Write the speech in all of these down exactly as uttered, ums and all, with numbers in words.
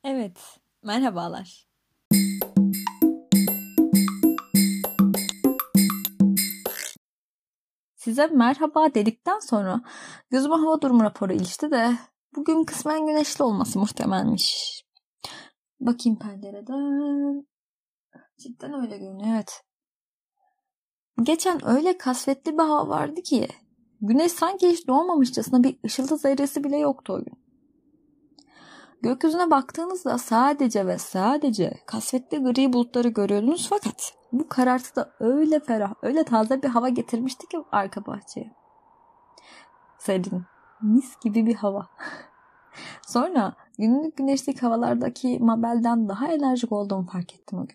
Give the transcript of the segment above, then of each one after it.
Evet, merhabalar. Size merhaba dedikten sonra gözüme hava durumu raporu ilişti de bugün kısmen güneşli olması muhtemelmiş. Bakayım pencereden. Cidden öyle görünüyor, evet. Geçen öyle kasvetli bir hava vardı ki güneş sanki hiç doğmamışçasına bir ışıltı zerresi bile yoktu o gün. Gökyüzüne baktığınızda sadece ve sadece kasvetli gri bulutları görüyordunuz fakat bu karartıda öyle ferah, öyle taze bir hava getirmişti ki arka bahçeye. Serin, mis gibi bir hava. Sonra günlük güneşlik havalardaki Mabel'den daha enerjik olduğumu fark ettim o gün.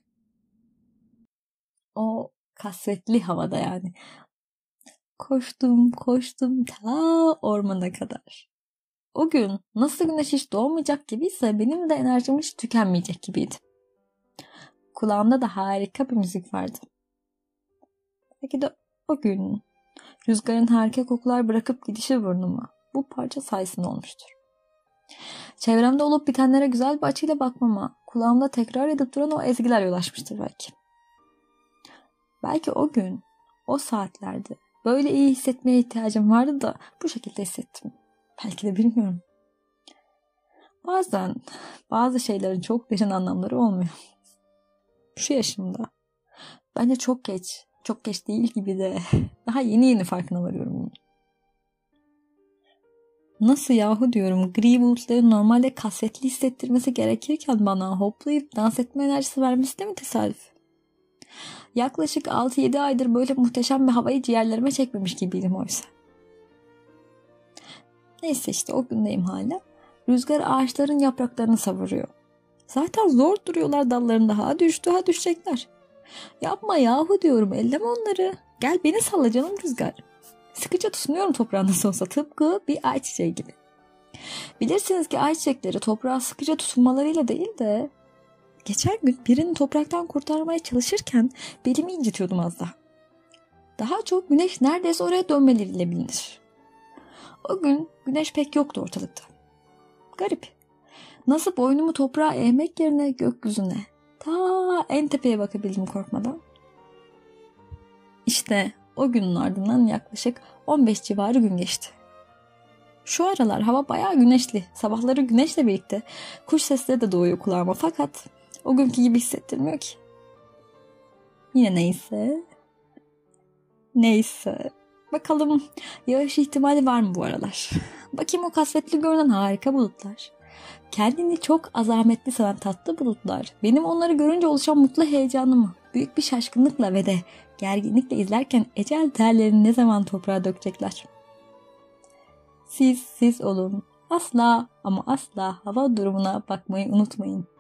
O kasvetli havada yani. Koştum, koştum ta ormana kadar. O gün nasıl güneş hiç doğmayacak gibiyse benim de enerjim hiç tükenmeyecek gibiydi. Kulağımda da harika bir müzik vardı. Belki de o gün rüzgarın harika kokular bırakıp gidişi burnuma bu parça sayesinde olmuştur. Çevremde olup bitenlere güzel bir açıyla bakmama, kulağımda tekrar edip duran o ezgiler yol açmıştır belki. Belki o gün, o saatlerde böyle iyi hissetmeye ihtiyacım vardı da bu şekilde hissettim. Belki de bilmiyorum. Bazen bazı şeylerin çok derin anlamları olmuyor. Şu yaşımda. Bence çok geç, çok geç değil gibi de daha yeni yeni farkına varıyorum bunun. Nasıl yahu diyorum, gri bulutların normalde kasvetli hissettirmesi gerekirken bana hoplayıp dans etme enerjisi vermesi de mi tesadüf? Yaklaşık altı yedi aydır böyle muhteşem bir havayı ciğerlerime çekmemiş gibiydim oysa. Neyse işte o gündeyim hala. Rüzgar ağaçların yapraklarını savuruyor. Zaten zor duruyorlar dallarında, ha düştü ha düşecekler. Yapma yahu diyorum, elleme onları. Gel beni salla canım rüzgar. Sıkıca tutunuyorum toprağın nasıl olsa, tıpkı bir ayçiçeği gibi. Bilirsiniz ki ayçiçekleri toprağa sıkıca tutunmalarıyla değil de geçen gün birini topraktan kurtarmaya çalışırken belimi incitiyordum az daha. Daha çok güneş neredeyse oraya dönmeleriyle bilinir. O gün güneş pek yoktu ortalıkta. Garip. Nasıl boynumu toprağa eğmek yerine gökyüzüne, ta en tepeye bakabildim korkmadan. İşte o günün ardından yaklaşık on beş civarı gün geçti. Şu aralar hava bayağı güneşli. Sabahları güneşle birlikte kuş sesleri de doğuyor kulağıma fakat o günkü gibi hissettirmiyor ki. Yine neyse. Neyse. Bakalım yağış ihtimali var mı bu aralar? Bakayım o kasvetli görünen harika bulutlar. Kendini çok azametli sanan tatlı bulutlar. Benim onları görünce oluşan mutlu heyecanımı büyük bir şaşkınlıkla ve de gerginlikle izlerken ecel terlerini ne zaman toprağa dökecekler. Siz siz olun. Asla ama asla hava durumuna bakmayı unutmayın.